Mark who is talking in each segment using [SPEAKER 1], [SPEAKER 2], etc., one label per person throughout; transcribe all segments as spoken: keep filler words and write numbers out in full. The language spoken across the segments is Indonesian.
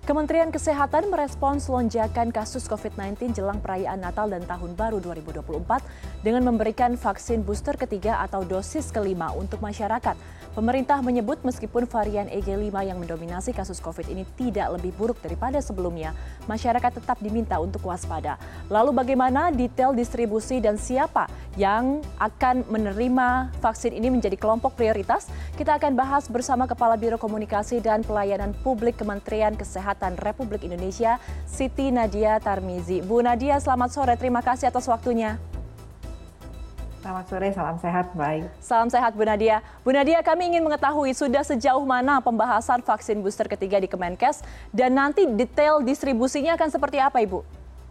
[SPEAKER 1] Kementerian Kesehatan merespons lonjakan kasus covid sembilan belas jelang perayaan Natal dan Tahun Baru dua ribu dua puluh empat dengan memberikan vaksin booster ketiga atau dosis kelima untuk masyarakat. Pemerintah menyebut meskipun varian E G lima yang mendominasi kasus COVID ini tidak lebih buruk daripada sebelumnya, masyarakat tetap diminta untuk waspada. Lalu bagaimana detail distribusi dan siapa yang akan menerima vaksin ini menjadi kelompok prioritas? Kita akan bahas bersama Kepala Biro Komunikasi dan Pelayanan Publik Kementerian Kesehatan Republik Indonesia, Siti Nadia Tarmizi. Bu Nadia, selamat sore. Terima kasih atas waktunya.
[SPEAKER 2] Selamat sore, salam sehat, baik.
[SPEAKER 1] Salam sehat, Bu Nadia. Bu Nadia, kami ingin mengetahui sudah sejauh mana pembahasan vaksin booster ketiga di Kemenkes dan nanti detail distribusinya akan seperti apa, Ibu?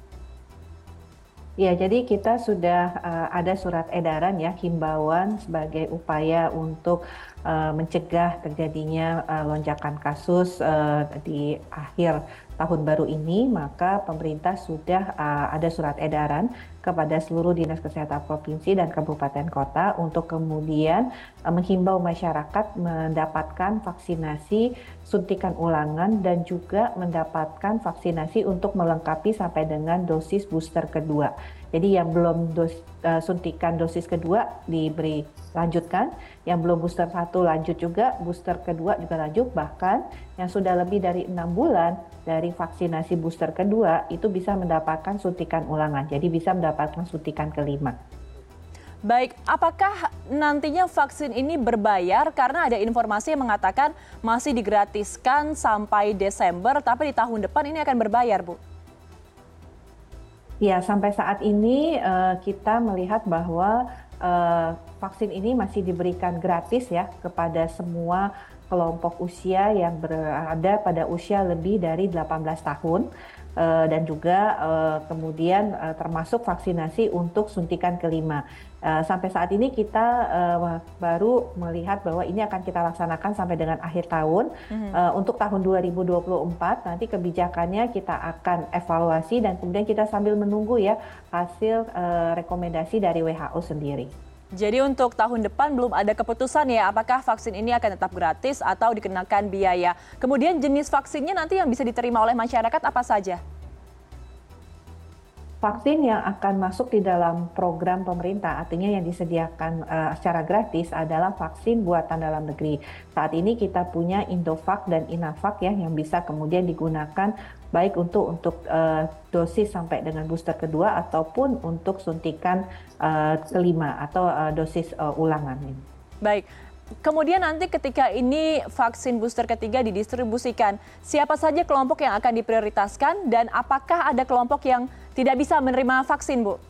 [SPEAKER 2] Ya, jadi kita sudah uh, ada surat edaran ya, himbauan sebagai upaya untuk uh, mencegah terjadinya uh, lonjakan kasus uh, di akhir tahun baru ini, maka pemerintah sudah uh, ada surat edaran kepada seluruh dinas kesehatan provinsi dan kabupaten kota untuk kemudian uh, menghimbau masyarakat mendapatkan vaksinasi suntikan ulangan dan juga mendapatkan vaksinasi untuk melengkapi sampai dengan dosis booster kedua. Jadi yang belum dos, uh, suntikan dosis kedua diberi lanjutkan, yang belum booster satu lanjut juga, booster kedua juga lanjut, bahkan yang sudah lebih dari enam bulan dari vaksinasi booster kedua itu bisa mendapatkan suntikan ulangan, jadi bisa mendapatkan suntikan kelima.
[SPEAKER 1] Baik, apakah nantinya vaksin ini berbayar? Karena ada informasi yang mengatakan masih digratiskan sampai Desember, tapi di tahun depan ini akan berbayar, Bu.
[SPEAKER 2] Ya, sampai saat ini uh, kita melihat bahwa uh, vaksin ini masih diberikan gratis ya kepada semua kelompok usia yang berada pada usia lebih dari delapan belas tahun. Uh, dan juga uh, kemudian uh, termasuk vaksinasi untuk suntikan kelima. Uh, sampai saat ini kita uh, baru melihat bahwa ini akan kita laksanakan sampai dengan akhir tahun. Mm-hmm. Uh, untuk tahun dua ribu dua puluh empat nanti kebijakannya kita akan evaluasi dan kemudian kita sambil menunggu ya hasil uh, rekomendasi dari W H O sendiri.
[SPEAKER 1] Jadi untuk tahun depan belum ada keputusan ya apakah vaksin ini akan tetap gratis atau dikenakan biaya. Kemudian jenis vaksinnya nanti yang bisa diterima oleh masyarakat apa saja?
[SPEAKER 2] Vaksin yang akan masuk di dalam program pemerintah, artinya yang disediakan uh, secara gratis adalah vaksin buatan dalam negeri. Saat ini kita punya Indovac dan Inavac ya yang bisa kemudian digunakan baik untuk untuk uh, dosis sampai dengan booster kedua ataupun untuk suntikan uh, kelima atau uh, dosis uh, ulangan.
[SPEAKER 1] Baik. Kemudian nanti ketika ini vaksin booster ketiga didistribusikan, siapa saja kelompok yang akan diprioritaskan dan apakah ada kelompok yang tidak bisa menerima vaksin, Bu?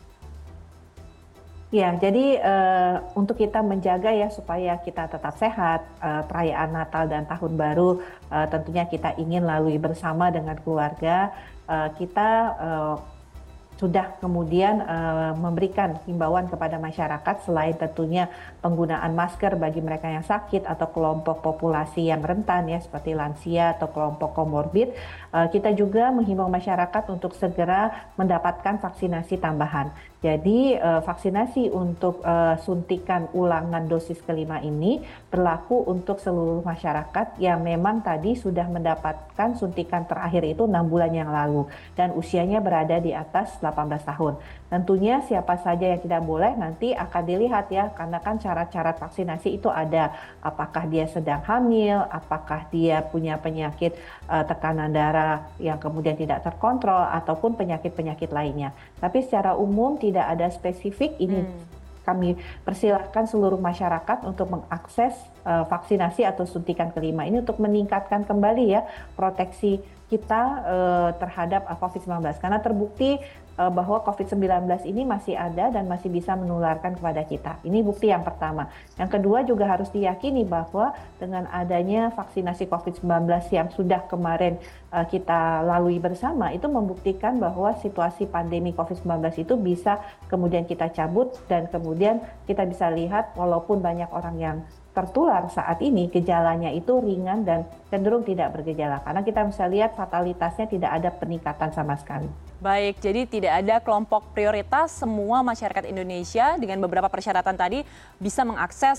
[SPEAKER 2] Ya, jadi uh, untuk kita menjaga ya supaya kita tetap sehat, uh, perayaan Natal dan Tahun Baru uh, tentunya kita ingin lalui bersama dengan keluarga, uh, kita uh, sudah kemudian uh, memberikan himbauan kepada masyarakat selain tentunya penggunaan masker bagi mereka yang sakit atau kelompok populasi yang rentan ya seperti lansia atau kelompok komorbid, uh, kita juga menghimbau masyarakat untuk segera mendapatkan vaksinasi tambahan. Jadi uh, vaksinasi untuk uh, suntikan ulangan dosis kelima ini berlaku untuk seluruh masyarakat yang memang tadi sudah mendapatkan suntikan terakhir itu enam bulan yang lalu dan usianya berada di atas delapan belas tahun. Tentunya siapa saja yang tidak boleh nanti akan dilihat ya, karena kan syarat-syarat vaksinasi itu ada. Apakah dia sedang hamil, apakah dia punya penyakit uh, tekanan darah yang kemudian tidak terkontrol, ataupun penyakit-penyakit lainnya. Tapi secara umum tidak ada spesifik ini. Hmm. Kami persilahkan seluruh masyarakat untuk mengakses uh, vaksinasi atau suntikan kelima ini untuk meningkatkan kembali ya proteksi kita uh, terhadap uh, covid sembilan belas. Karena terbukti uh, bahwa covid sembilan belas ini masih ada dan masih bisa menularkan kepada kita. Ini bukti yang pertama. Yang kedua juga harus diyakini bahwa dengan adanya vaksinasi covid sembilan belas yang sudah kemarin uh, kita lalui bersama, itu membuktikan bahwa situasi pandemi covid sembilan belas itu bisa kemudian kita cabut dan kemudian kita bisa lihat walaupun banyak orang yang tertular saat ini, gejalanya itu ringan dan cenderung tidak bergejala. Karena kita bisa lihat fatalitasnya tidak ada peningkatan sama sekali.
[SPEAKER 1] Baik, jadi tidak ada kelompok prioritas, semua masyarakat Indonesia dengan beberapa persyaratan tadi bisa mengakses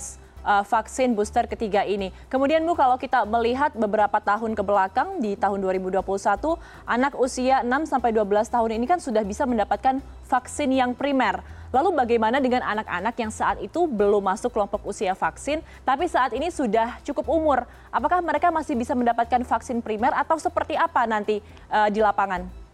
[SPEAKER 1] uh, vaksin booster ketiga ini. Kemudian Bu, kalau kita melihat beberapa tahun ke belakang di tahun dua ribu dua puluh satu, anak usia enam sampai dua belas tahun ini kan sudah bisa mendapatkan vaksin yang primer. Lalu bagaimana dengan anak-anak yang saat itu belum masuk kelompok usia vaksin, tapi saat ini sudah cukup umur? Apakah mereka masih bisa mendapatkan vaksin primer atau seperti apa nanti uh, di lapangan?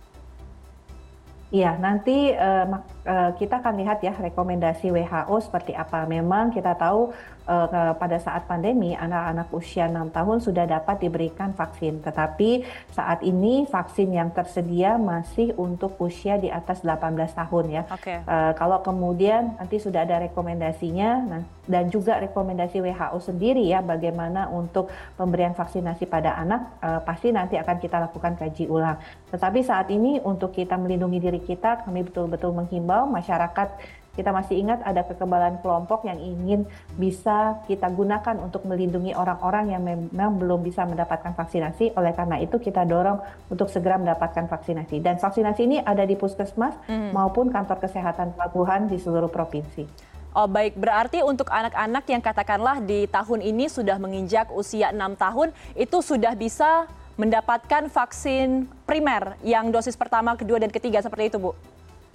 [SPEAKER 2] Iya, nanti uh, uh, kita akan lihat ya rekomendasi W H O seperti apa. Memang kita tahu uh, pada saat pandemi anak-anak usia enam tahun sudah dapat diberikan vaksin. Tetapi saat ini vaksin yang tersedia masih untuk usia di atas delapan belas tahun ya.
[SPEAKER 1] Okay.
[SPEAKER 2] Uh, kalau kemudian nanti sudah ada rekomendasinya nah, dan juga rekomendasi W H O sendiri ya bagaimana untuk pemberian vaksinasi pada anak uh, pasti nanti akan kita lakukan kaji ulang. Tetapi saat ini untuk kita melindungi diri kita, kami betul-betul menghimbau masyarakat, kita masih ingat ada kekebalan kelompok yang ingin bisa kita gunakan untuk melindungi orang-orang yang memang belum bisa mendapatkan vaksinasi. Oleh karena itu kita dorong untuk segera mendapatkan vaksinasi. Dan vaksinasi ini ada di puskesmas hmm. maupun kantor kesehatan pelabuhan di seluruh provinsi.
[SPEAKER 1] Oh baik, berarti untuk anak-anak yang katakanlah di tahun ini sudah menginjak usia enam tahun, itu sudah bisa mendapatkan vaksin primer yang dosis pertama, kedua, dan ketiga seperti itu, Bu?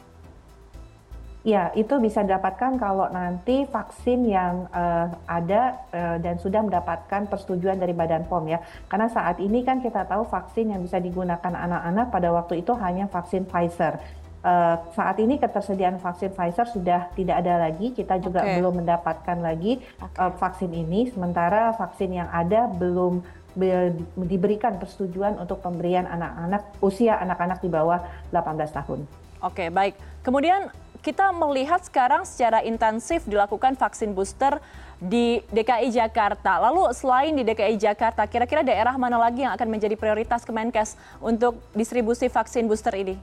[SPEAKER 2] Ya, itu bisa didapatkan kalau nanti vaksin yang uh, ada uh, dan sudah mendapatkan persetujuan dari Badan P O M ya. Karena saat ini kan kita tahu vaksin yang bisa digunakan anak-anak pada waktu itu hanya vaksin Pfizer. Uh, saat ini ketersediaan vaksin Pfizer sudah tidak ada lagi, kita juga okay. belum mendapatkan lagi okay. uh, vaksin ini, sementara vaksin yang ada belum diberikan persetujuan untuk pemberian anak-anak usia anak-anak di bawah delapan belas tahun.
[SPEAKER 1] Oke, baik. Kemudian kita melihat sekarang secara intensif dilakukan vaksin booster di D K I Jakarta. Lalu selain di D K I Jakarta, kira-kira daerah mana lagi yang akan menjadi prioritas Kemenkes untuk distribusi vaksin booster ini?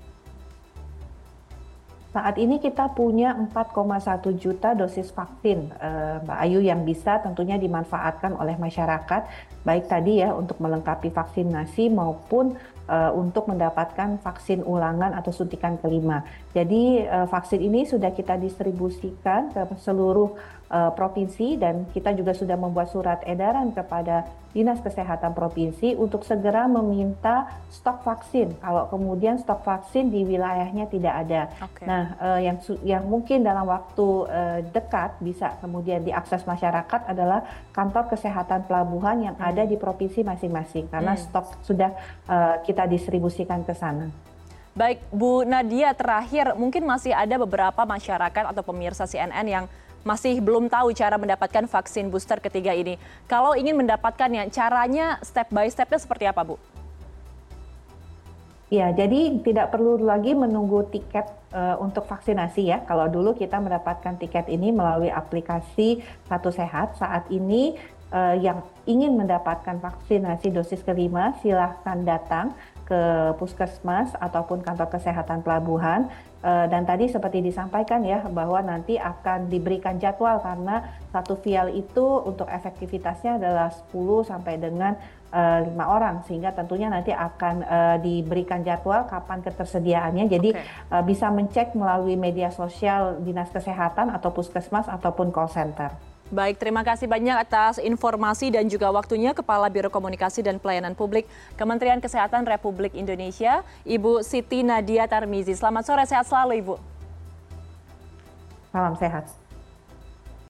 [SPEAKER 2] Saat ini kita punya empat koma satu juta dosis vaksin, Mbak Ayu, yang bisa tentunya dimanfaatkan oleh masyarakat, baik tadi ya untuk melengkapi vaksinasi maupun uh, untuk mendapatkan vaksin ulangan atau suntikan kelima. Jadi uh, vaksin ini sudah kita distribusikan ke seluruh uh, provinsi dan kita juga sudah membuat surat edaran kepada Dinas Kesehatan Provinsi untuk segera meminta stok vaksin kalau kemudian stok vaksin di wilayahnya tidak ada. Okay. Nah, uh, yang yang mungkin dalam waktu uh, dekat bisa kemudian diakses masyarakat adalah kantor kesehatan pelabuhan yang hmm. ada di provinsi masing-masing karena hmm. stok sudah uh, kita distribusikan ke sana.
[SPEAKER 1] Baik, Bu Nadia, terakhir mungkin masih ada beberapa masyarakat atau pemirsa C N N yang masih belum tahu cara mendapatkan vaksin booster ketiga ini. Kalau ingin mendapatkannya, caranya step by step-nya seperti apa, Bu?
[SPEAKER 2] Ya, jadi tidak perlu lagi menunggu tiket uh, untuk vaksinasi ya. Kalau dulu kita mendapatkan tiket ini melalui aplikasi Satu Sehat, saat ini uh, yang ingin mendapatkan vaksinasi dosis kelima silahkan datang ke puskesmas ataupun kantor kesehatan pelabuhan. Uh, dan tadi seperti disampaikan ya bahwa nanti akan diberikan jadwal karena satu vial itu untuk efektivitasnya adalah sepuluh sampai dengan uh, lima orang sehingga tentunya nanti akan uh, diberikan jadwal kapan ketersediaannya. Jadi okay. uh, bisa mencek melalui media sosial Dinas Kesehatan atau puskesmas ataupun call center.
[SPEAKER 1] Baik, terima kasih banyak atas informasi dan juga waktunya Kepala Biro Komunikasi dan Pelayanan Publik Kementerian Kesehatan Republik Indonesia, Ibu Siti Nadia Tarmizi. Selamat sore, sehat selalu Ibu.
[SPEAKER 2] Salam sehat.